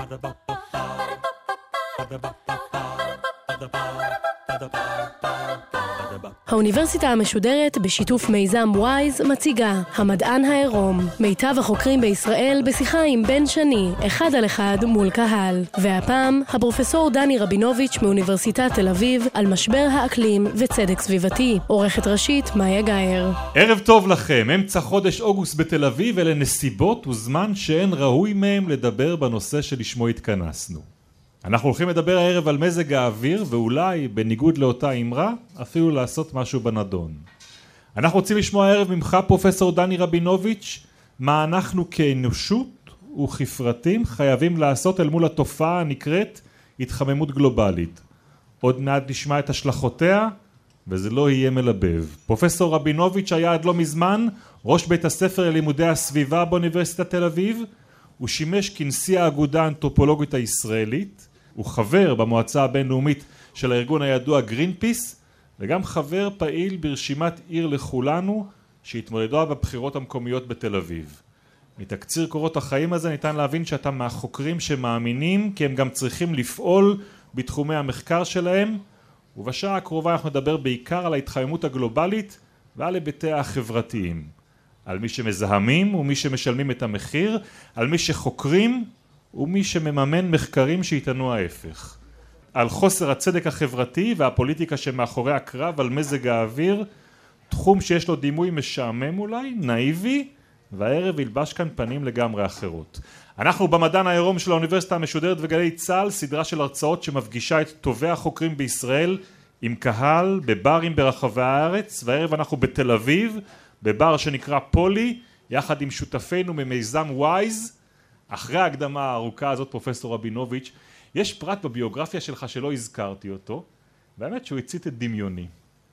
האוניברסיטה המשודרת בשיתוף מיזם וויז מציגה המדען העירום, מיטב החוקרים בישראל בשיחה עם בן שני, אחד על אחד מול קהל. והפעם הפרופסור דני רבינוביץ' מאוניברסיטת תל אביב על משבר האקלים וצדק סביבתי. עורכת ראשית מאיה גאייר. ערב טוב לכם, אמצע חודש אוגוסט בתל אביב, אלה נסיבות וזמן שאין ראוי מהם לדבר בנושא שלשמו התכנסנו. אנחנו הולכים לדבר הערב על מזג האוויר, ואולי, בניגוד לאותה אמרה, אפילו לעשות משהו בנדון. אנחנו רוצים לשמוע הערב ממך, פרופסור דני רבינוביץ', מה אנחנו כאנושות וכפרטים חייבים לעשות אל מול התופעה הנקראת התחממות גלובלית. עוד מעט נשמע את השלכותיה, וזה לא יהיה מלבב. פרופסור רבינוביץ' היה עד לא מזמן ראש בית הספר ללימודי הסביבה באוניברסיטת תל אביב, הוא שימש כנשיא האגודה האנתרופולוגית הישראלית, הוא חבר במועצה הבינלאומית של הארגון הידוע גרינפיס, וגם חבר פעיל ברשימת עיר לכולנו שהתמודדה בבחירות המקומיות בתל אביב. מתקציר קורות החיים הזה ניתן להבין שאתה מהחוקרים שמאמינים כי הם גם צריכים לפעול בתחומי המחקר שלהם, ובשעה הקרובה אנחנו נדבר בעיקר על ההתחממות הגלובלית ועל היבטיה החברתיים. על מי שמזהמים ומי שמשלמים את המחיר, על מי שחוקרים ומי שמממן מחקרים שיתנו ההפך. על חוסר הצדק החברתי והפוליטיקה שמאחורי הקרב על מזג האוויר, תחום שיש לו דימוי משעמם אולי, נאיבי, והערב ילבש כאן פנים לגמרי אחרות. אנחנו במדען העירום של האוניברסיטה המשודרת וגלי צה"ל, סדרה של הרצאות שמפגישה את טובי החוקרים בישראל עם קהל בברים ברחבי הארץ, והערב אנחנו בתל אביב, בבר שנקרא פולי, יחד עם שותפינו ממיזם וויז. אחרי ההקדמה הארוכה הזאת, פרופסור רבינוביץ', יש פרט בביוגרפיה שלך שלא הזכרתי אותו, והאמת שהוא הצית את דמיוני.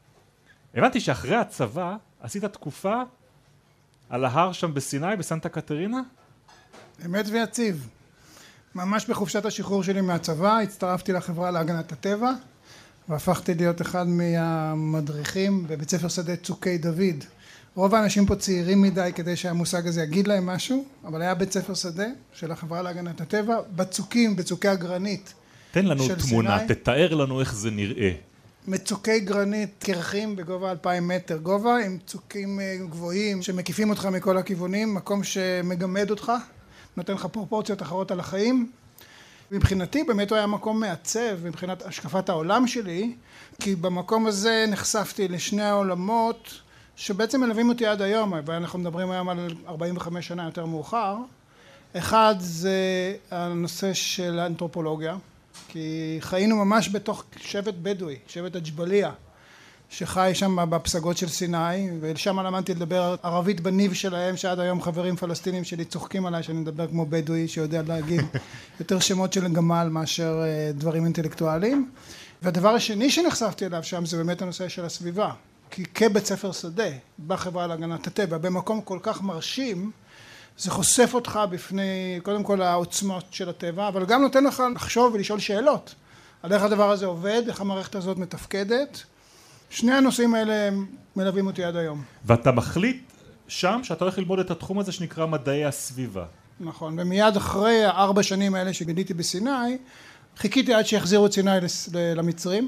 הבנתי שאחרי הצבא עשית תקופה על ההר שם בסיני, בסנטה קטרינה? אמת ויציב. ממש בחופשת השחרור שלי מהצבא, הצטרפתי לחברה להגנת הטבע, והפכתי להיות אחד מהמדריכים בבית ספר שדה צוקי דוד. רוב האנשים פה צעירים מדי כדי שהמושג הזה יגיד להם משהו, אבל היה בית ספר שדה של החברה להגנת הטבע, בצוקים, בצוקי הגרנית. תן לנו תמונה, תתאר לנו איך זה נראה. מצוקי גרנית קרחים בגובה 2,000 מטר גובה, עם צוקים גבוהים שמקיפים אותך מכל הכיוונים, מקום שמגמד אותך, נותן לך פרופורציות אחרות על החיים. מבחינתי באמת הוא היה מקום מעצב, מבחינת השקפת העולם שלי, כי במקום הזה נחשפתי לשני העולמות, שבעצם מלווים אותי עד היום, ואנחנו מדברים היום על 45 שנה יותר מאוחר. אחד זה הנושא של האנתרופולוגיה, כי חיינו ממש בתוך שבט בדואי, שבט הג'בליה, שחי שם בפסגות של סיני, ושם למדתי לדבר ערבית בניב שלהם, שעד היום חברים פלסטינים שלי צוחקים עליי שאני מדבר כמו בדואי, שיודע להגיד יותר שמות של גמל מאשר דברים אינטלקטואליים. והדבר השני שנחשפתי אליו שם זה באמת הנושא של הסביבה. כי כבית ספר שדה בחברה להגנת הטבע, במקום כל כך מרשים, זה חושף אותך בפני קודם כל העוצמות של הטבע, אבל גם נותן לך לחשוב ולשאול שאלות על איך הדבר הזה עובד, איך המערכת הזאת מתפקדת. שני הנושאים האלה מלווים אותי עד היום. ואתה מחליט שם שאתה הולך ללמוד את התחום הזה שנקרא מדעי הסביבה. נכון, ומיד אחרי 4 שנים האלה שגיליתי בסיני, חיכיתי עד שיחזירו את סיני למצרים.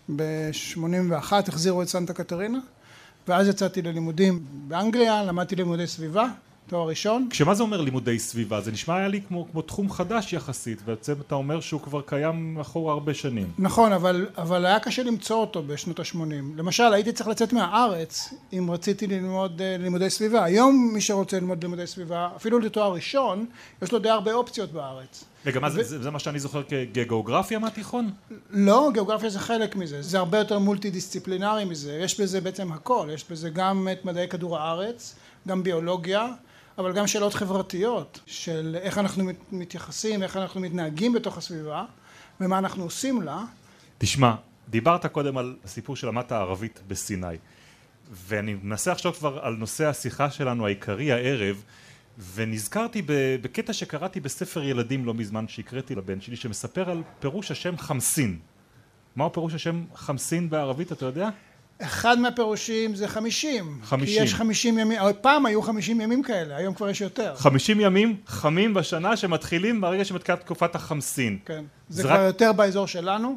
ב-81 החזירו את סנטה קטרינה, ואז יצאתי ללימודים באנגליה, למדתי לימודי סביבה, תואר ראשון. כשמה זה אומר לימודי סביבה? זה נשמע היה לי כמו תחום חדש יחסית, ובעצם אתה אומר שהוא כבר קיים אחורה הרבה שנים. נכון, אבל היה קשה למצוא אותו בשנות ה-80. למשל, הייתי צריך לצאת מהארץ אם רציתי ללמוד לימודי סביבה. היום מי שרוצה ללמוד לימודי סביבה, אפילו לתואר ראשון, יש לו די הרבה אופציות בארץ. רגע, מה זה מה שאני זוכר כגיאוגרפיה מהתיכון? לא, גיאוגרפיה זה חלק מזה, זה הרבה יותר מולטי דיסציפלינרי מזה, יש בזה בעצם הכל, יש בזה גם את מדעי כדור הארץ, גם ביולוגיה, אבל גם שאלות חברתיות, של איך אנחנו מתייחסים, איך אנחנו מתנהגים בתוך הסביבה, ומה אנחנו עושים לה. תשמע, דיברת קודם על הסיפור של אמת הערבית בסיני, ואני מנסה עכשיו כבר על נושא השיחה שלנו העיקרי הערב, ונזכרתי בקטע שקראתי בספר ילדים לא מזמן שהקראתי לבן שלי, שמספר על פירוש השם חמסין. מהו פירוש השם חמסין בערבית, אתה יודע? אחד מהפירושים זה 50. 50. כי יש 50 ימים, פעם היו 50 ימים כאלה, היום כבר יש יותר. 50 ימים חמים בשנה שמתחילים ברגע שמתקעת תקופת החמסין. כן, זה כבר יותר באזור שלנו,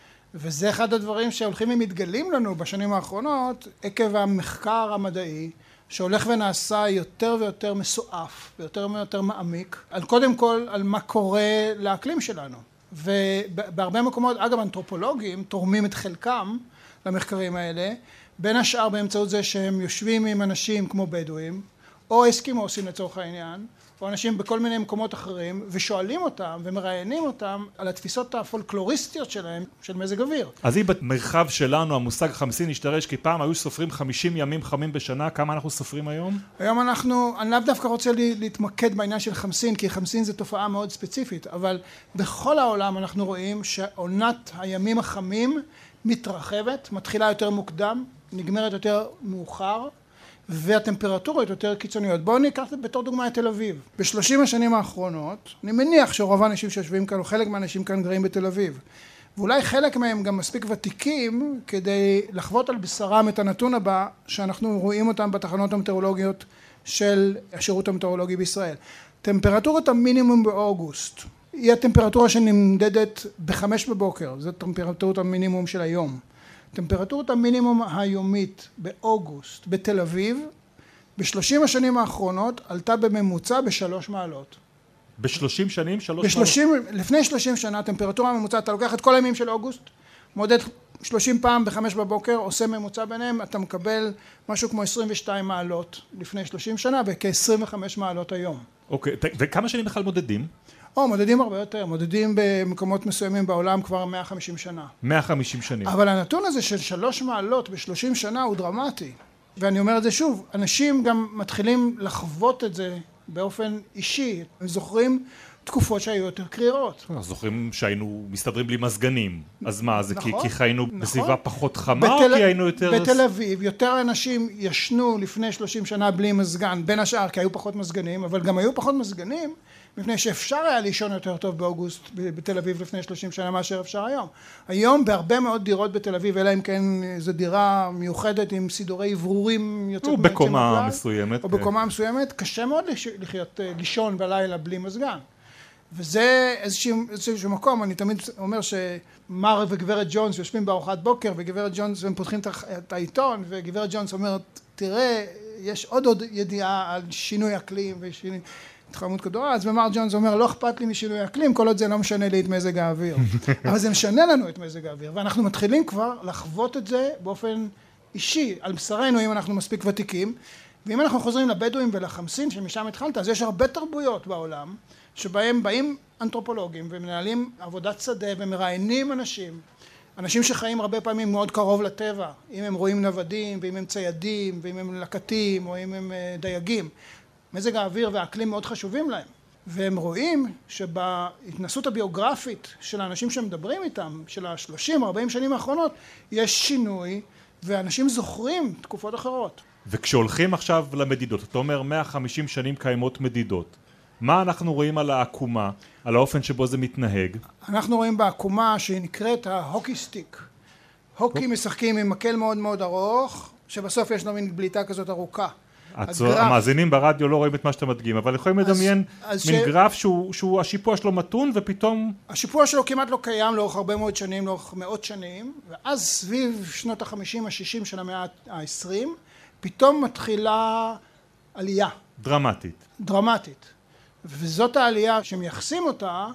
וזה אחד הדברים שהולכים ומתגלים לנו בשנים האחרונות, עקב המחקר המדעי, שהולך ונעשה יותר ויותר מסועף, ויותר ויותר מעמיק, קודם כל על מה קורה לאקלים שלנו. ובהרבה מקומות, אגב, אנתרופולוגים תורמים את חלקם למחקרים האלה, בין השאר באמצעות זה שהם יושבים עם אנשים כמו בדואים, או אסקימוסים לצורך העניין, או אנשים בכל מיני מקומות אחרים, ושואלים אותם ומראיינים אותם על התפיסות הפולקלוריסטיות שלהם, של מזג אוויר. אז אם במרחב שלנו המושג חמסין השתרש, כי פעם היו סופרים 50 ימים חמים בשנה, כמה אנחנו סופרים היום? היום אני לאו דווקא רוצה להתמקד בעניין של חמסין, כי חמסין זה תופעה מאוד ספציפית, אבל בכל העולם אנחנו רואים שעונת הימים החמים מתרחבת, מתחילה יותר מוקדם, נגמרת יותר מאוחר, והטמפרטורות יותר קיצוניות. בואו ניקח בתור דוגמה את תל אביב. ב-30 השנים האחרונות, אני מניח שרוב האנשים שיושבים כאן, או חלק מהאנשים כאן גרים בתל אביב, ואולי חלק מהם גם מספיק ותיקים, כדי לחוות על בשרם את הנתון הבא, שאנחנו רואים אותם בתחנות המטאורולוגיות של השירות המטאורולוגי בישראל. טמפרטורת המינימום באוגוסט, היא הטמפרטורה שנמדדת ב-5 בבוקר, זאת טמפרטורת המינימום של היום. טמפרטורת המינימום היומית באוגוסט בתל אביב, ב-30 השנים האחרונות עלתה בממוצע ב3 מעלות. ב-30 שנים? 3 מעלות? לפני 30 שנה, טמפרטורה ממוצעת, אתה לוקח את כל הימים של אוגוסט, מודד 30 פעם ב-5 בבוקר, עושה ממוצע ביניהם, אתה מקבל משהו כמו 22 מעלות לפני 30 שנה, וכ-25 מעלות היום. אוקיי, וכמה שנים בכלל מודדים? מודדים הרבה יותר, מודדים במקומות מסוימים בעולם כבר 150 שנה. 150 שנים. אבל הנתון הזה של 3 מעלות ב-30 שנה הוא דרמטי. ואני אומר את זה שוב, אנשים גם מתחילים לחוות את זה באופן אישי. הם זוכרים תקופות שהיו יותר קרירות. זוכרים שהיינו מסתדרים בלי מזגנים. אז מה, זה נכון, כי חיינו נכון. בסביבה פחות חמה או כי היינו יותר... בתל אביב יותר אנשים ישנו לפני 30 שנה בלי מזגן, בין השאר כי היו פחות מזגנים, אבל גם היו פחות מזגנים מפני שאפשר היה לישון יותר טוב באוגוסט בתל אביב לפני 30 שנה מאשר אפשר היום. היום בהרבה מאוד דירות בתל אביב, אלא אם כן זו דירה מיוחדת עם סידורי עברורים יוצאת או בקומה מסוימת. או בקומה מסוימת, קשה מאוד לישון בלילה בלי מזגן. וזה איזשהו מקום, אני תמיד אומר שמר וגברת ג'ונס יושבים בארוחת בוקר, וגברת ג'ונס, הם פותחים את העיתון, וגברת ג'ונס אומרת, תראה, יש עוד ידיעה על שינוי אקלים ושינוי התחממות כדור הארץ, ומר ג'ונס אומר, לא אכפת לי משינוי אקלים, כל עוד זה לא משנה לי את מזג האוויר. אבל זה משנה לנו את מזג האוויר, ואנחנו מתחילים כבר לחוות את זה באופן אישי, על בשרנו, אם אנחנו מספיק ותיקים, ואם אנחנו חוזרים לבדואים ולחמסין, שמשם התחלת, אז יש הרבה תרבויות בעולם, שבהם באים אנתרופולוגים ומנהלים עבודת שדה ומראיינים אנשים שחיים הרבה פעמים מאוד קרוב לטבע, אם הם רואים נוודים, ואם הם ציידים, ואם הם לקטים, או אם הם דייגים. מזג האוויר והאקלים מאוד חשובים להם. והם רואים שבהתנסות הביוגרפית של האנשים שמדברים איתם, של ה-30-40 שנים האחרונות, יש שינוי, ואנשים זוכרים תקופות אחרות. וכשהולכים עכשיו למדידות, אתה אומר 150 שנים קיימות מדידות. מה אנחנו רואים על העקומה, על האופן שבו זה מתנהג? אנחנו רואים בעקומה שהיא נקראת ההוקי סטיק. הוקי משחקים עם מקל מאוד מאוד ארוך, שבסוף יש לו מין בליטה כזאת ארוכה. המאזינים ברדיו לא רואים את מה שאתה מדגים, אבל יכולים לדמיין מין גרף שהוא השיפוע שלו מתון ופתאום... השיפוע שלו כמעט לא קיים לאורך הרבה מאוד שנים, לאורך מאות שנים, ואז סביב שנות ה-50, ה-60 של המאה ה-20, פתאום מתחילה עלייה. דרמטית. וזאת העלייה שמייחסים אותה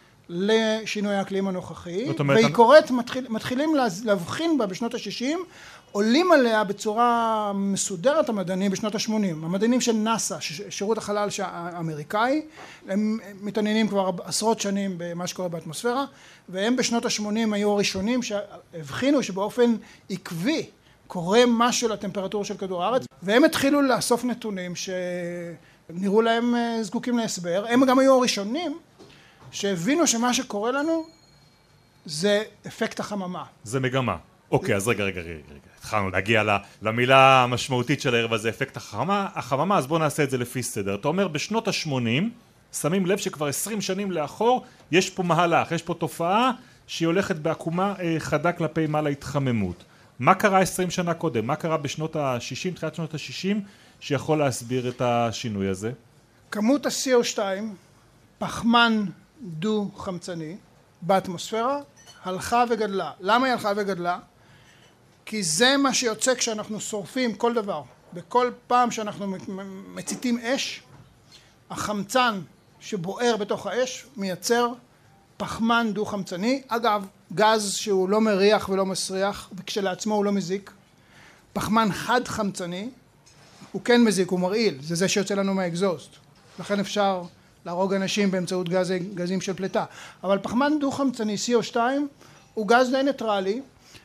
לשינוי האקלים הנוכחי, והיא קורית, מתחילים להבחין בה בשנות ה-60, עולים עליה בצורה מסודרת המדענים בשנות ה-80. המדענים של נאסא, שירות החלל האמריקאי, הם מתעניינים כבר עשרות שנים במה שקורה באטמוספירה, והם בשנות ה-80 היו הראשונים שהבחינו שבאופן עקבי קורה משהו לטמפרטורה של כדור הארץ, והם התחילו לאסוף נתונים שנראו להם זקוקים להסבר. הם גם היו הראשונים שהבינו שמה שקורה לנו זה אפקט החממה. זה מגמה. אוקיי, אז רגע. התחלנו להגיע למילה המשמעותית של הערב הזה, אפקט החממה, אז בואו נעשה את זה לפי סדר. אתה אומר, בשנות ה-80, שמים לב שכבר 20 שנים לאחור, יש פה מהלך, יש פה תופעה שהיא הולכת בעקומה חדה כלפי מעלה התחממות. מה קרה 20 שנה קודם? מה קרה בשנות ה-60, תחילת שנות ה-60, שיכול להסביר את השינוי הזה? כמות ה-CO2, פחמן דו-חמצני, באטמוספירה, הלכה וגדלה. למה היא הלכה וגדלה? כי זה מה שיוצא כשאנחנו שורפים כל דבר. בכל פעם שאנחנו מציתים אש, החמצן שבוער בתוך האש מייצר פחמן דו-חמצני. אגב, גז שהוא לא מריח ולא מסריח, וכשלעצמו הוא לא מזיק. פחמן חד-חמצני, הוא כן מזיק, הוא מרעיל, זה שיוצא לנו מהאקזוסט. לכן אפשר להרוג אנשים באמצעות גזים של פליטה. אבל פחמן דו-חמצני, CO2, הוא גז די ניטרלי,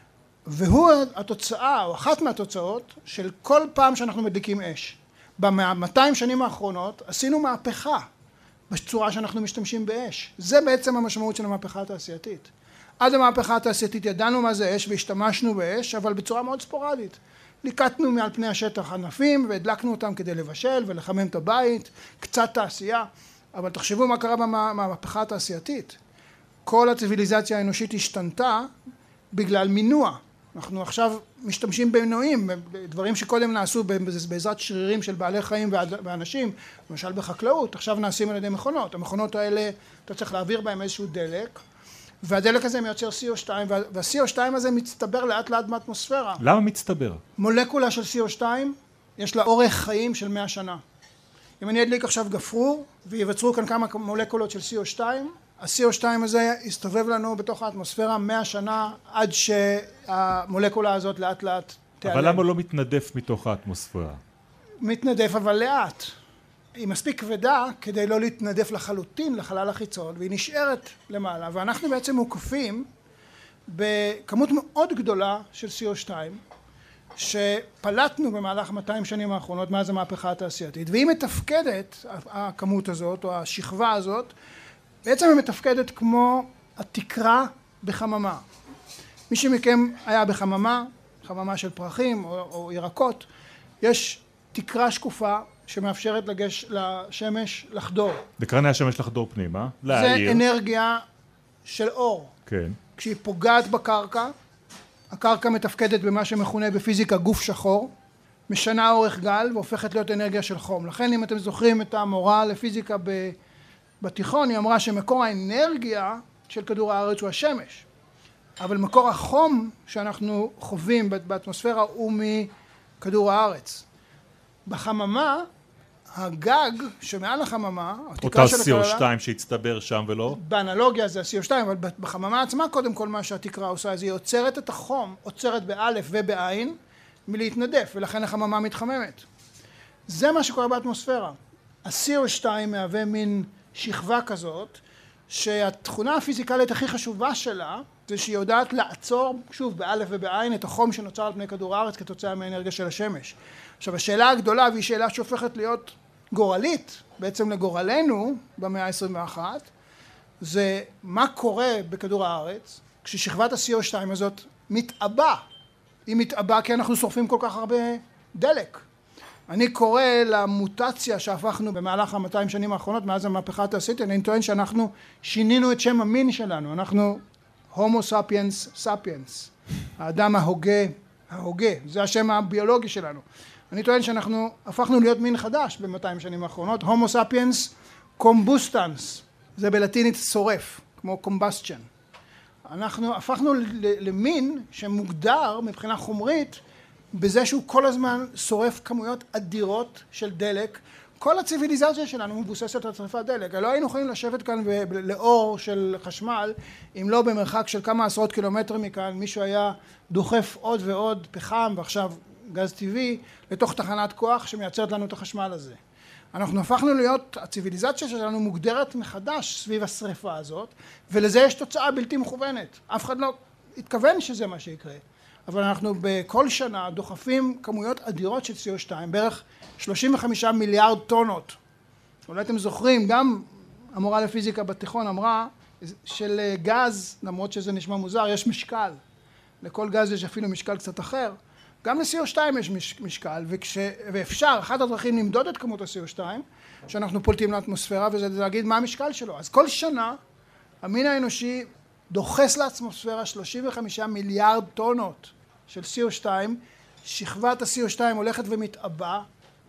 והוא התוצאה, או אחת מהתוצאות, של כל פעם שאנחנו מדליקים אש. ב-200 שנים האחרונות עשינו מהפכה בצורה שאנחנו משתמשים באש. זה בעצם המשמעות של המהפכה התעשייתית. עד המהפכה התעשייתית ידענו מה זה אש והשתמשנו באש, אבל בצורה מאוד ספורדית. ליקטנו מעל פני השטח ענפים והדלקנו אותם כדי לבשל ולחמם את הבית, קצת תעשייה, אבל תחשבו מה קרה במהפכה התעשייתית. כל הציוויליזציה האנושית השתנתה בגלל מינוע. אנחנו עכשיו משתמשים במינועים, דברים שקודם נעשו בעזרת שרירים של בעלי חיים ואנשים, למשל בחקלאות, עכשיו נעשים על ידי מכונות. המכונות האלה, אתה צריך להעביר בהם איזשהו דלק, והדלק הזה מייצר CO2, וה-CO2 הזה מצטבר לאט לאט באטמוספירה. למה מצטבר? מולקולה של CO2, יש לה אורך חיים של 100 שנה. אם אני אדליק עכשיו גפרור, ויווצרו כאן כמה מולקולות של CO2, ה-CO2 הזה יסתובב לנו בתוך האטמוספירה 100 שנה, עד שהמולקולה הזאת לאט לאט תיעלם. אבל למה לא מתנדף מתוך האטמוספירה? מתנדף אבל לאט. היא מספיק כבדה כדי לא להתנדף לחלוטין לחלל החיצון, והיא נשארת למעלה, ואנחנו בעצם מוקפים בכמות מאוד גדולה של CO2, שפלטנו במהלך 200 שנים האחרונות מאז המהפכה התעשייתית, והיא מתפקדת, הכמות הזאת או השכבה הזאת, בעצם היא מתפקדת כמו התקרה בחממה. מי שמכם היה בחממה, חממה של פרחים או ירקות, יש תקרה שקופה שמאפשרת לשמש לחדור. בקרני השמש לחדור פנימה, להאיר. זה אנרגיה של אור. כן. כשהיא פוגעת בקרקע, הקרקע מתפקדת במה שמכונה בפיזיקה גוף שחור, משנה אורך גל והופכת להיות אנרגיה של חום. לכן אם אתם זוכרים את המורה לפיזיקה בתיכון, היא אמרה שמקור האנרגיה של כדור הארץ הוא השמש. אבל מקור החום שאנחנו חווים באטמוספירה הוא מכדור הארץ. בחממה, הגג שמעל החממה, אותה CO2 שהצטבר שם ולא? באנלוגיה זה ה-CO2, אבל בחממה עצמה קודם כל מה שהתקרה עושה, זה היא עוצרת את החום, עוצרת באלף ובעין, מלהתנדף, ולכן החממה מתחממת. זה מה שקורה באטמוספירה. ה-CO2 מהווה מין שכבה כזאת, שהתכונה הפיזיקלית הכי חשובה שלה, זה שהיא יודעת לעצור, שוב, באלף ובעין, את החום שנוצר על פני כדור הארץ כתוצאה מהאנרגיה של השמש. עכשיו, השאלה הגדולה, והיא שאלה שהופכת להיות גורלית, בעצם לגורלנו, במאה ה-21, זה מה קורה בכדור הארץ, כששכבת ה-CO2 הזאת מתאבה. היא מתאבה כי אנחנו שורפים כל כך הרבה דלק. אני קורא למוטציה שהפכנו במהלך ה-200 שנים האחרונות, מאז המהפכה התעשייתית, אני טוען שאנחנו שינינו את שם המין שלנו, אנחנו הומו ספיאנס ספיאנס, האדם ההוגה, זה השם הביולוגי שלנו. אני טוען שאנחנו הפכנו להיות מין חדש ב-200 שנים האחרונות, הומו ספיאנס קומבוסטנס, זה בלטינית שורף, כמו קומבסצ'ן. אנחנו הפכנו למין שמוגדר מבחינה חומרית, בזה שהוא כל הזמן שורף כמויות אדירות של דלק. כל הציוויליזציה שלנו מבוססת על שריפת דלק. לא היינו יכולים לשבת כאן לאור של חשמל, אם לא במרחק של כמה עשרות קילומטרים מכאן, מישהו היה דוחף עוד ועוד פחם, ועכשיו גז טבעי, לתוך תחנת כוח שמייצרת לנו את החשמל הזה. אנחנו הפכנו להיות, הציוויליזציה שלנו מוגדרת מחדש סביב השריפה הזאת, ולזה יש תוצאה בלתי מכוונת. אף אחד לא התכוון שזה מה שיקרה. אבל אנחנו בכל שנה דוחפים כמויות אדירות של CO2, בערך 35 מיליארד טונות. אולי אתם זוכרים, גם המורה לפיזיקה בתיכון אמרה של גז, למרות שזה נשמע מוזר, יש משקל. לכל גז יש אפילו משקל קצת אחר. גם ל-CO2 יש משקל, ואפשר, אחת הדרכים למדוד את כמות ה-CO2, שאנחנו פולטים לאטמוספירה, וזה להגיד מה המשקל שלו. אז כל שנה, המין האנושי דוחס לאטמוספירה 35 מיליארד טונות של CO2, שכבת ה-CO2 הולכת ומתעבה,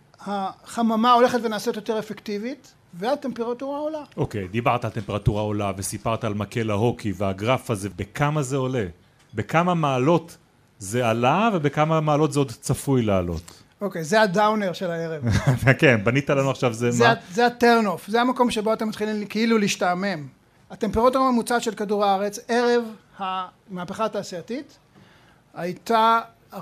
החממה הולכת ונעשית יותר אפקטיבית, והטמפרטורה עולה. אוקיי, דיברת על טמפרטורה עולה וסיפרת על מקל ההוקי והגרף הזה, בכמה זה עולה? בכמה מעלות זה עלה ובכמה מעלות זה עוד צפוי לעלות? אוקיי, זה הדאונר של הערב. כן, בנית לנו עכשיו זה מה? זה הטרנוף, זה המקום שבו אתם מתחילים כאילו להשתעמם. הטמפרטורה הממוצעת של כדור הארץ, ערב המהפכה התעשייתית, הייתה 14.8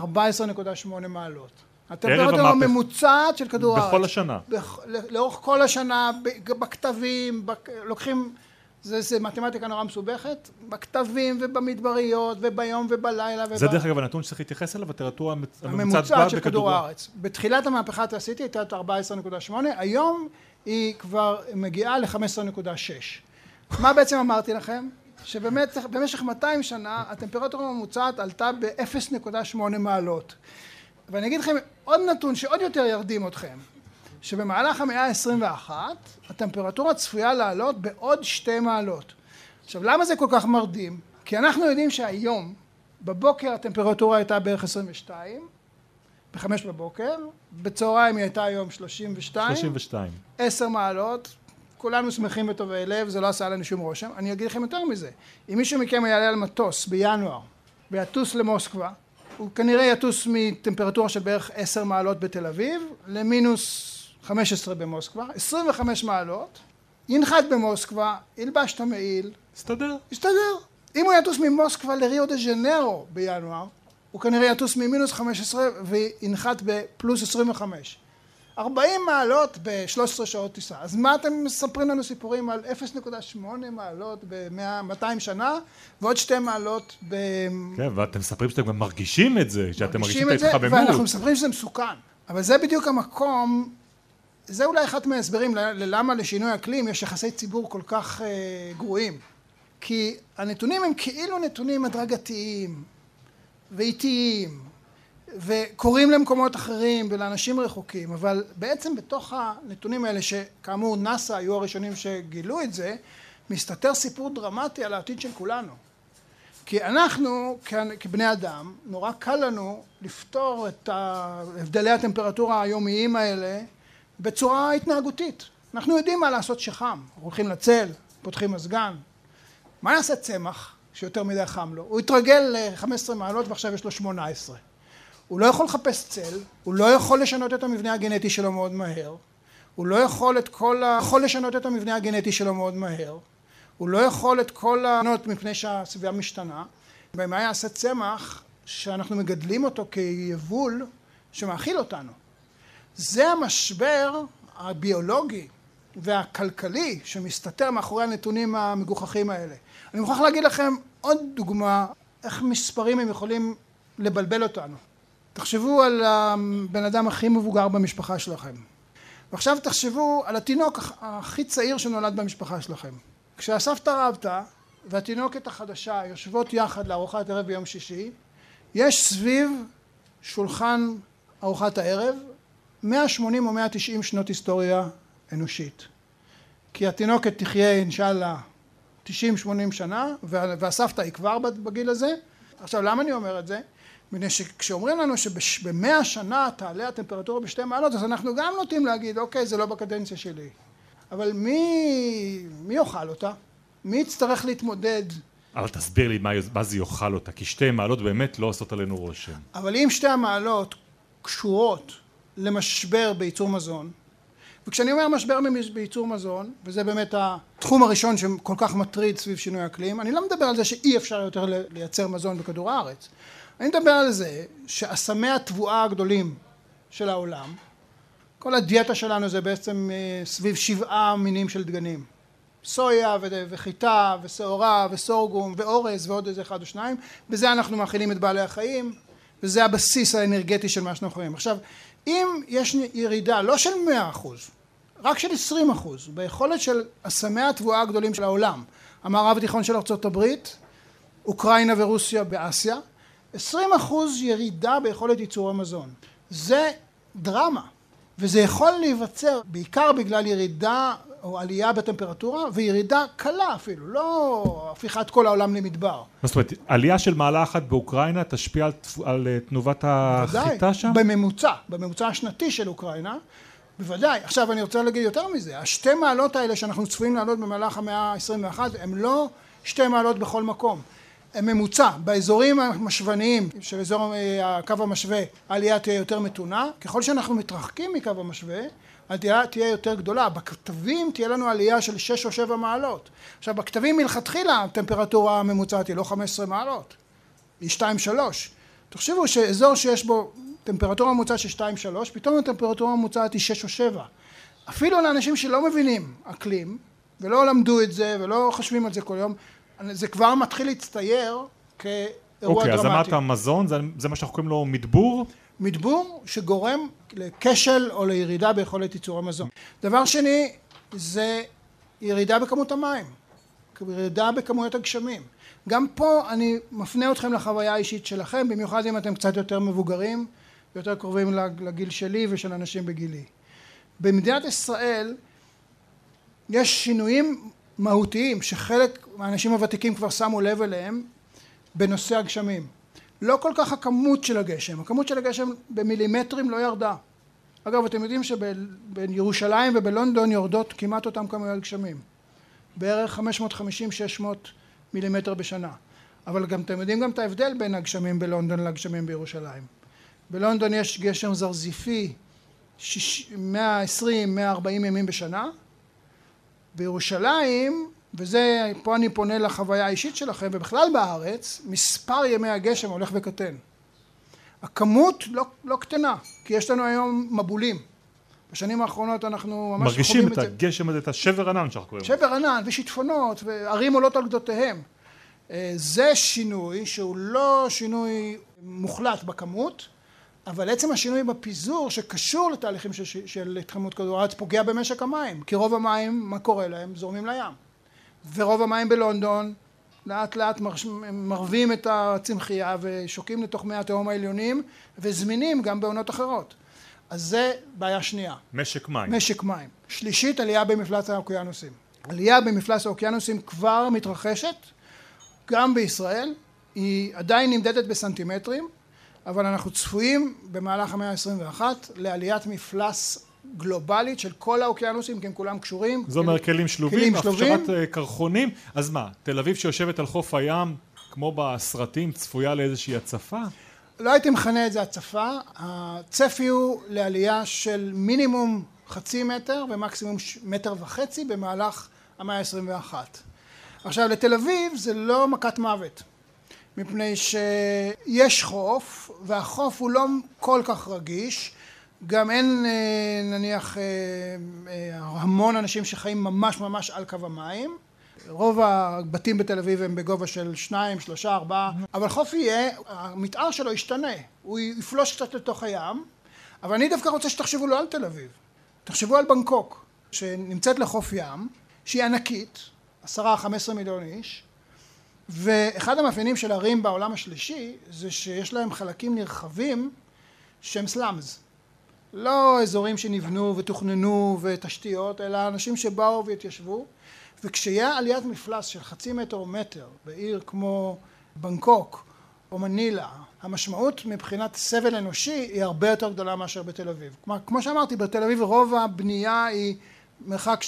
מעלות. הטמפרטורה הממוצעת של כדור הארץ. בכל השנה. לאורך כל השנה, בכתבים, לוקחים, זה מתמטיקה נורא מסובכת, בכתבים ובמדבריות וביום ובלילה. זה דרך אגב הנתון שצריך להתייחס אליו, הטמפרטורה הממוצעת של כדור הארץ. בתחילת המהפכה התעשייתית הייתה 14.8, היום היא כבר מגיעה ל-15.6. מה בעצם אמרתי לכם? שבאמת במשך 200 שנה הטמפרטורה הממוצעת עלתה ב-0.8 מעלות. ואני אגיד לכם עוד נתון שעוד יותר ירדים אתכם, שבמהלך המאה ה-21 הטמפרטורה צפויה לעלות בעוד 2 מעלות. עכשיו למה זה כל כך מרדים? כי אנחנו יודעים שהיום בבוקר הטמפרטורה הייתה בערך 22, ב-5 בבוקר, בצהריים היא הייתה היום 32, 10 מעלות, כולנו שמחים וטובי לב, זה לא עשה לנו שום רושם. אני אגיד לכם יותר מזה, אם מישהו מכם יעלה על מטוס בינואר ויטוס למוסקבה, הוא כנראה יטוס מטמפרטורה של בערך 10 מעלות בתל אביב למינוס 15 במוסקבה, 25 מעלות, ינחת במוסקבה, ילבש את המעיל, יסתדר. אם הוא יטוס ממוסקבה לריו דה ז'נרו בינואר, הוא כנראה יטוס ממינוס 15 וינחת בפלוס 25. 40 מעלות ב-13 שעות טיסה. אז מה אתם מספרים לנו סיפורים על 0.8 מעלות ב-200 שנה, ועוד 2 מעלות ב... כן, ואתם מספרים שאתם גם מרגישים את זה, שאתם מרגישים את ההתחממות. ואנחנו מספרים שזה מסוכן. אבל זה בדיוק המקום, זה אולי אחד מההסברים ללמה לשינוי אקלים יש יחסי ציבור כל כך גרועים. כי הנתונים הם כאילו נתונים הדרגתיים ואיטיים, וקוראים למקומות אחרים ולאנשים רחוקים, אבל בעצם בתוך הנתונים האלה שכאמור נאס"א היו הראשונים שגילו את זה, מסתתר סיפור דרמטי על העתיד של כולנו. כי אנחנו כבני אדם, נורא קל לנו לפתור את הבדלי הטמפרטורה היומיים האלה בצורה התנהגותית. אנחנו יודעים מה לעשות שחם, הולכים לצל, פותחים מזגן. מה יעשה צמח שיותר מדי חם לו? הוא התרגל ל-15 מעלות ועכשיו יש לו 18. הוא לא יכול לחפש צל, הוא לא יכול לשנות את המבנה הגנטי שלו מאוד מהר, הוא לא יכול לשנות את המבנה הגנטי שלו מאוד מהר, הוא לא יכול את כל הענות מפני שהסביבה משתנה, ומה יעשה צמח שאנחנו מגדלים אותו כיבול שמאכיל אותנו. זה המשבר הביולוגי והכלכלי שמסתתר מאחורי הנתונים המגוחכים האלה. אני מוכרח להגיד לכם עוד דוגמה איך מספרים הם יכולים לבלבל אותנו. תחשבו על הבן אדם הכי מבוגר במשפחה שלכם. ועכשיו תחשבו על התינוק הכי צעיר שנולד במשפחה שלכם. כשהסבתא רבתא והתינוקת החדשה יושבות יחד לארוחת ערב ביום שישי, יש סביב שולחן ארוחת הערב 180 או 190 שנות היסטוריה אנושית. כי התינוקת תחיה אינשאללה 90-80 שנה, והסבתא היא כבר בגיל הזה. עכשיו למה אני אומר את זה? מפני שכשאומרים לנו שב100 שנה תעלה הטמפרטורה ב2 מעלות, אז אנחנו גם נוטים להגיד, אוקיי, זה לא בקדנציה שלי. אבל מי יאכל אותה? מי יצטרך להתמודד? אבל תסביר לי מה זה יאכל אותה, כי 2 מעלות באמת לא עושות עלינו רושם. אבל אם 2 המעלות קשורות למשבר בייצור מזון, וכשאני אומר משבר בייצור מזון, וזה באמת התחום הראשון שכל כך מטריד סביב שינוי אקלים, אני לא מדבר על זה שאי אפשר יותר לייצר מזון בכדור הארץ. אני מדבר על זה שאסמי התבואה הגדולים של העולם, כל הדיאטה שלנו זה בעצם סביב 7 מינים של דגנים. סויה וחיטה ושעורה וסורגום ואורז ועוד איזה 1 או 2, בזה אנחנו מאכילים את בעלי החיים, וזה הבסיס האנרגטי של מה שאנחנו אוכלים. עכשיו, אם יש ירידה לא של 100%, רק של 20% ביכולת של אסמי התבואה הגדולים של העולם, המערב התיכון של ארצות הברית, אוקראינה ורוסיה באסיה, 20% ירידה ביכולת ייצור המזון. זה דרמה, וזה יכול להיווצר בעיקר בגלל ירידה או עלייה בטמפרטורה, וירידה קלה אפילו, לא הפיכת כל העולם למדבר. זאת אומרת, עלייה של מעלה אחת באוקראינה תשפיע על תנובת החיטה שם? בממוצע השנתי של אוקראינה, בוודאי. עכשיו אני רוצה להגיד יותר מזה, השתי מעלות האלה שאנחנו צפויים לעלות במהלך המאה ה-21, הם לא שתי מעלות בכל מקום. הם ממוצע, באזורים המשווניים של אזור הקו המשווה, העלייה תהיה יותר מתונה, ככל שאנחנו מתרחקים מקו המשווה, העלייה תהיה יותר גדולה, בכתבים תהיה לנו עלייה של 6 או 7 מעלות. עכשיו בכתבים מלכתחילה הטמפרטורה הממוצעת היא לא 15 מעלות, היא 2-3. תחשבו שאזור שיש בו טמפרטורה ממוצעת של 2-3, פתאום הטמפרטורה הממוצעת היא 6 או 7. אפילו לאנשים שלא מבינים אקלים, ולא למדו את זה ולא חושבים על זה כל יום, זה כבר מתחיל להצטייר כאירוע דרמטי. אוקיי, אז אמרת מזון, זה מה שאנחנו קוראים לו מדבור? מדבור שגורם לכשל או לירידה ביכולת ייצור המזון. דבר שני, זה ירידה בכמות המים, ירידה בכמויות הגשמים. גם פה אני מפנה אתכם לחוויה האישית שלכם, במיוחד אם אתם קצת יותר מבוגרים, יותר קרובים לגיל שלי ושל אנשים בגילי. במדינת ישראל יש שינויים מהותיים שחלק מהאנשים הוותיקים כבר שמו לב אליהם בנושא הגשמים. לא כל כך הכמות של הגשם, הכמות של הגשם במילימטרים לא ירדה. אגב, אתם יודעים שבירושלים ובלונדון יורדות כמעט אותם כמויות גשמים. בערך 550-600 מילימטר בשנה. אבל גם אתם יודעים גם את ההבדל בין הגשמים בלונדון לגשמים בירושלים. בלונדון יש גשם זרזיפי 120-140 ימים בשנה. בירושלים, וזה פה אני פונה לחוויה האישית שלכם, ובכלל בארץ, מספר ימי הגשם הולך וקטן. הכמות לא קטנה, כי יש לנו היום מבולים. בשנים האחרונות אנחנו ממש מרגישים את הגשם הזה, את השבר ענן שאנחנו קוראים. שבר ענן ושיטפונות, וערים עולות על גדותיהם. זה שינוי שהוא לא שינוי מוחלט בכמות, אבל עצם השינוי בפיזור שקשור לתהליכים של התחממות כדור הארץ פוגע במשק המים, כי רוב המים, מה קורה להם? זורמים לים. ורוב המים בלונדון לאט לאט מרווים את הצמחייה ושוקעים לתוך מי התהום העליונים וזמינים גם בעונות אחרות. אז זה בעיה שנייה. משק מים. משק מים. שלישית, עלייה במפלס האוקיינוסים. עלייה במפלס האוקיינוסים כבר מתרחשת, גם בישראל, היא עדיין נמדדת בסנטימטרים, אבל אנחנו צפויים במהלך המאה ה-21 לעליית מפלס גלובלית של כל האוקיינוסים, כי הם כולם קשורים. זה אומר כלים שלובים, הפשרת קרחונים. אז מה, תל אביב שיושבת על חוף הים, כמו בסרטים, צפויה לאיזושהי הצפה? לא הייתי מכנה את זה הצפה. הצפי הוא לעלייה של מינימום 0.5 מטר ומקסימום 1.5 מטר במהלך המאה ה-21. עכשיו, לתל אביב זה לא מכת מוות. מפני שיש חוף, והחוף הוא לא כל כך רגיש, גם אין נניח המון אנשים שחיים ממש על קו המים, רוב הבתים בתל אביב הם בגובה של 2, 3, 4, אבל חוף יהיה, המתאר שלו ישתנה, הוא יפלוש קצת לתוך הים, אבל אני דווקא רוצה שתחשבו לא על תל אביב, תחשבו על בנקוק, שנמצאת לחוף ים, שהיא ענקית, 10-15 מיליון איש, ואחד המאפיינים של ערים בעולם השלישי זה שיש להם חלקים נרחבים שהם סלאמס. לא אזורים שנבנו ותוכננו ותשתיות, אלא אנשים שבאו והתיישבו. וכשיהיה עליית מפלס של 0.5 מטר או מטר בעיר כמו בנקוק או מנילה, המשמעות מבחינת סבל אנושי היא הרבה יותר גדולה מאשר בתל אביב. כמו שאמרתי, בתל אביב רוב הבנייה היא מרחק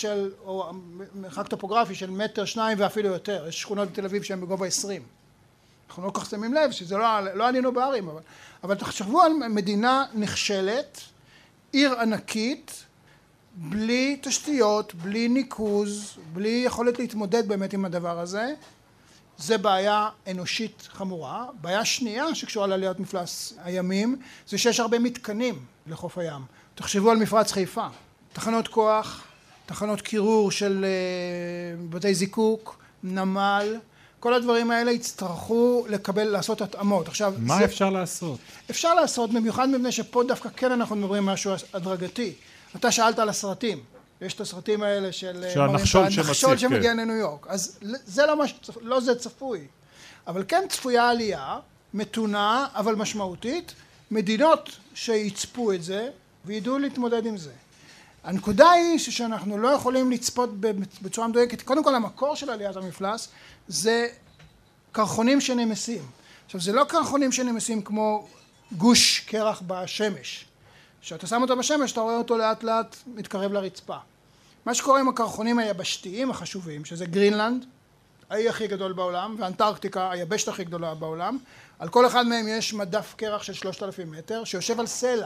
טופוגרפי של 1-2 מטר ואפילו יותר. יש שכונות בתל אביב שהן בגובה 20. אנחנו לא כל כך שמים לב שזה לא עלינו בערים, אבל תחשבו על מדינה נכשלת, עיר ענקית, בלי תשתיות, בלי ניקוז, בלי יכולת להתמודד באמת עם הדבר הזה. זה בעיה אנושית חמורה. בעיה שנייה שקשורה לעליית מפלס הימים, זה שיש הרבה מתקנים לחוף הים. תחשבו על מפרץ חיפה, תחנות כוח, תחנות קירור של בתי זיקוק, נמל, כל הדברים האלה יצטרכו לעשות התאמות. עכשיו, מה אפשר לעשות? אפשר לעשות, במיוחד מפני שפה דווקא כן אנחנו מדברים משהו הדרגתי. אתה שאלת על הסרטים, יש את הסרטים האלה של הנחשול שמגיע לניו יורק, אז זה לא זה צפוי, אבל כן צפויה עלייה, מתונה אבל משמעותית, מדינות שיצפו את זה וידעו להתמודד עם זה. הנקודה היא שאנחנו לא יכולים לצפות בצורה מדויקת. קודם כל המקור של עליית המפלס זה קרחונים שנמסים. עכשיו זה לא קרחונים שנמסים כמו גוש קרח בשמש. כשאתה שם אותו בשמש אתה רואה אותו לאט לאט מתקרב לרצפה. מה שקורה עם הקרחונים היבשתיים החשובים, שזה גרינלנד, האי הכי גדול בעולם, ואנטארקטיקה, היבשת הכי גדולה בעולם, על כל אחד מהם יש מדף קרח של 3,000 מטר שיושב על סלע.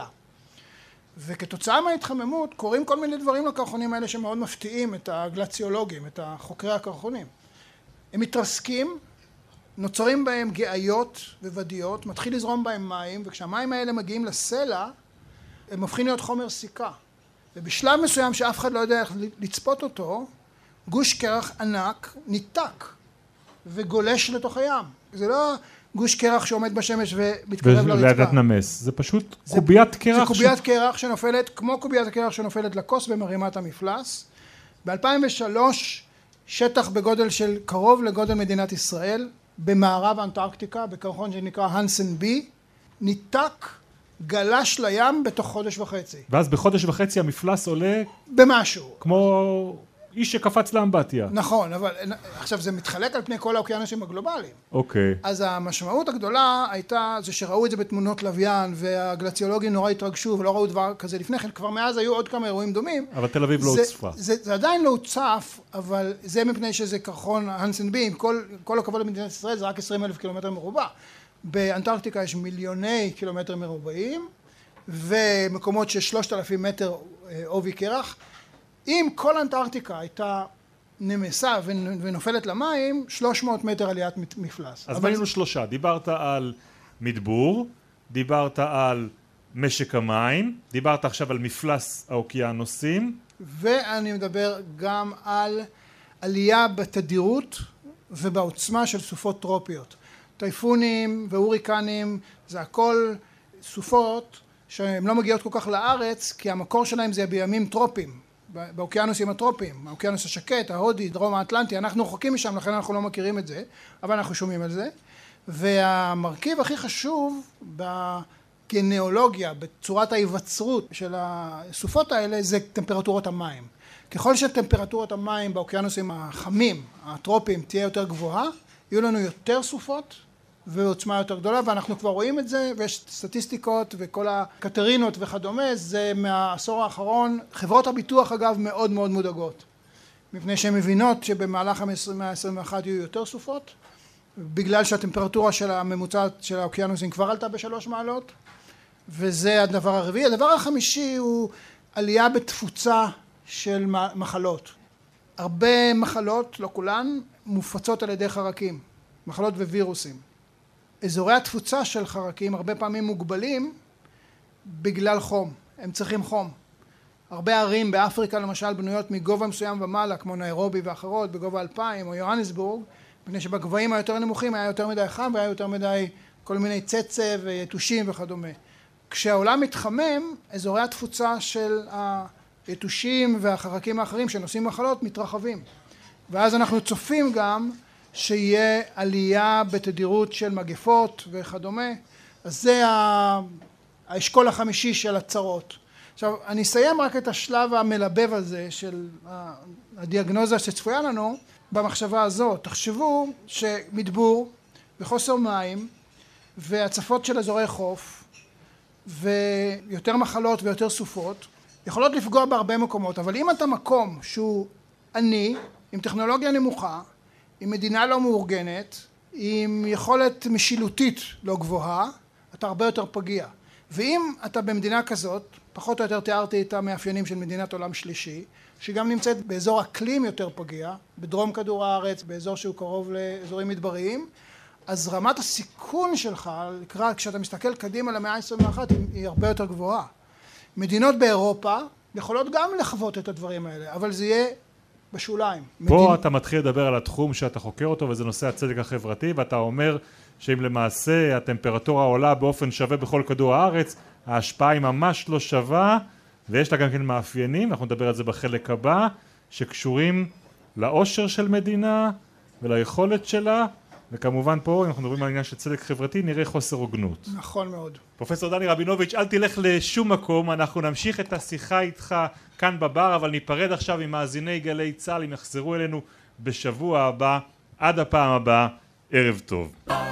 וכתוצאה מההתחממות קורים כל מיני דברים לקרחונים האלה שמאוד מפתיעים את הגלציולוגים, את חוקרי הקרחונים. הם מתרסקים, נוצרים בהם גאיות וודיות, מתחיל לזרום בהם מים, וכשהמים האלה מגיעים לסלע, הם הופכים להיות חומר סיכה. ובשלב מסוים שאף אחד לא יודע איך לצפות אותו, גוש קרח ענק ניתק וגולש לתוך הים. זה לא גוש קרח שעומד בשמש ומתקרב לרצפה. ולידת נמס. זה פשוט קוביית קרח. זה קוביית קרח שנופלת, כמו קוביית הקרח שנופלת לכוס במרימת המפלס. ב-2003 שטח בגודל של קרוב לגודל מדינת ישראל, במערב אנטארקטיקה, בקרחון שנקרא הנסן בי, ניתק, גלש לים בתוך חודש וחצי. ואז בחודש וחצי המפלס עולה במשהו. כמו איש שקפץ לאמבטיה. נכון, אבל עכשיו זה מתחלק על פני כל האוקיינוסים הגלובליים. אוקיי. אז המשמעות הגדולה הייתה זה שראו את זה בתמונות לוויין, והגלציולוגים נורא התרגשו ולא ראו דבר כזה לפני כן, כבר מאז היו עוד כמה אירועים דומים. אבל תל אביב לא הוצפה. זה עדיין לא הוצף, אבל זה מפני שזה קרחון הנסן בי, עם כל הכבוד למדינת ישראל זה רק 20,000 קילומטר מרובע. באנטארקטיקה יש מיליוני קילומטר מרובעים, ומקומות של 3,000 מטר עובי קרח. אם כל אנטארקטיקה הייתה נמסה ונופלת למים, 300 מטר עליית מפלס. אז בנינו שלושה, דיברת על מדבור, דיברת על משק המים, דיברת עכשיו על מפלס האוקיינוסים. ואני מדבר גם על עלייה בתדירות ובעוצמה של סופות טרופיות. טייפונים והוריקנים, זה הכל סופות שהן לא מגיעות כל כך לארץ, כי המקור שלהם זה בימים טרופיים. באוקיינוסים הטרופיים, האוקיינוס השקט, ההודי, דרום האטלנטי, אנחנו רחוקים משם, לכן אנחנו לא מכירים את זה, אבל אנחנו שומעים על זה. והמרכיב הכי חשוב בגנאולוגיה, בצורת ההיווצרות של הסופות האלה, זה טמפרטורות המים. ככל שטמפרטורות המים באוקיינוסים החמים, הטרופיים, תהיה יותר גבוהה, יהיו לנו יותר סופות ועוצמה יותר גדולה, ואנחנו כבר רואים את זה, ויש סטטיסטיקות וכל הקטרינות וכדומה, זה מהעשור האחרון. חברות הביטוח אגב מאוד מאוד מודאגות, מפני שהן מבינות שבמהלך המאה ה-21 יהיו יותר סופות, בגלל שהטמפרטורה של הממוצע של האוקיינוסים כבר עלתה ב3 מעלות, וזה הדבר הרביעי. הדבר החמישי הוא עלייה בתפוצה של מחלות. הרבה מחלות, לא כולן, מופצות על ידי חרקים, מחלות ווירוסים. אזורי התפוצה של חרקים הרבה פעמים מוגבלים בגלל חום, הם צריכים חום. הרבה ערים באפריקה למשל בנויות מגובה מסוים ומעלה, כמו ניירובי ואחרות, בגובה 2000 או יוהנסבורג, מפני שבגבהים היותר נמוכים היה יותר מדי חם והיה יותר מדי כל מיני צצה ויתושים וכדומה. כשהעולם מתחמם, אזורי התפוצה של היתושים והחרקים האחרים שנושאים מחלות מתרחבים. ואז אנחנו צופים גם שיהיה עלייה בתדירות של מגפות וכדומה. אז זה האשכול החמישי של הצרות. עכשיו, אני אסיים רק את השלב המלבב הזה של הדיאגנוזה שצפויה לנו במחשבה הזאת. תחשבו שמדבור וחוסר מים והצפות של אזורי חוף ויותר מחלות ויותר סופות יכולות לפגוע בהרבה מקומות, אבל אם אתה מקום שהוא עני, עם טכנולוגיה נמוכה, עם מדינה לא מאורגנת, עם יכולת משילותית לא גבוהה, אתה הרבה יותר פגיע. ואם אתה במדינה כזאת, פחות או יותר תיארתי את המאפיינים של מדינת עולם שלישי, שגם נמצאת באזור אקלים יותר פגיע, בדרום כדור הארץ, באזור שהוא קרוב לאזורים מדבריים, אז רמת הסיכון שלך, כשאתה מסתכל קדימה למאה ה-21, היא הרבה יותר גבוהה. מדינות באירופה יכולות גם לחוות את הדברים האלה, אבל זה יהיה בשוליים. פה אתה מתחיל לדבר על התחום שאתה חוקר אותו, וזה נושא הצדק החברתי, ואתה אומר שאם למעשה הטמפרטורה עולה באופן שווה בכל כדור הארץ, ההשפעה היא ממש לא שווה, ויש לה גם כן מאפיינים, אנחנו נדבר על זה בחלק הבא, שקשורים לעושר של מדינה וליכולת שלה וכמובן פה, אם אנחנו מדברים על עניין של צדק חברתי, נראה חוסר הוגנות. נכון מאוד. פרופסור דני רבינוביץ', אל תלך לשום מקום, אנחנו נמשיך את השיחה איתך כאן בבר, אבל ניפרד עכשיו עם מאזיני גלי צה"ל, אם יחזרו אלינו בשבוע הבא. עד הפעם הבאה, ערב טוב.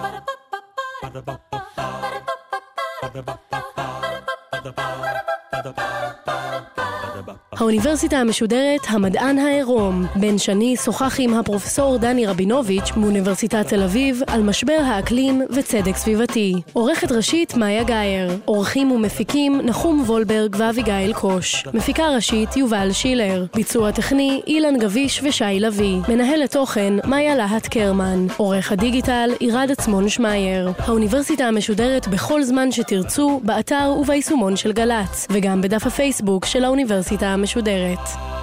האוניברסיטה המשודרת, המדען העירום. בן שני שוחח עם הפרופסור דני רבינוביץ' מאוניברסיטת תל אביב על משבר האקלים וצדק סביבתי. עורכת ראשית מאיה גייר. עורכים ומפיקים נחום וולברג ואביגיל קוש. מפיקה ראשית יובל שילר. ביצוע טכני אילן גביש ושי לוי. מנהלת תוכן מאיה להט קרמן. עורך הדיגיטל אירד עצמון שמייר. האוניברסיטה המשודרת בכל זמן שתרצו, באתר וביישומון של גלץ, וגם בדף הפייסבוק של האוניברסיטה המשודרת.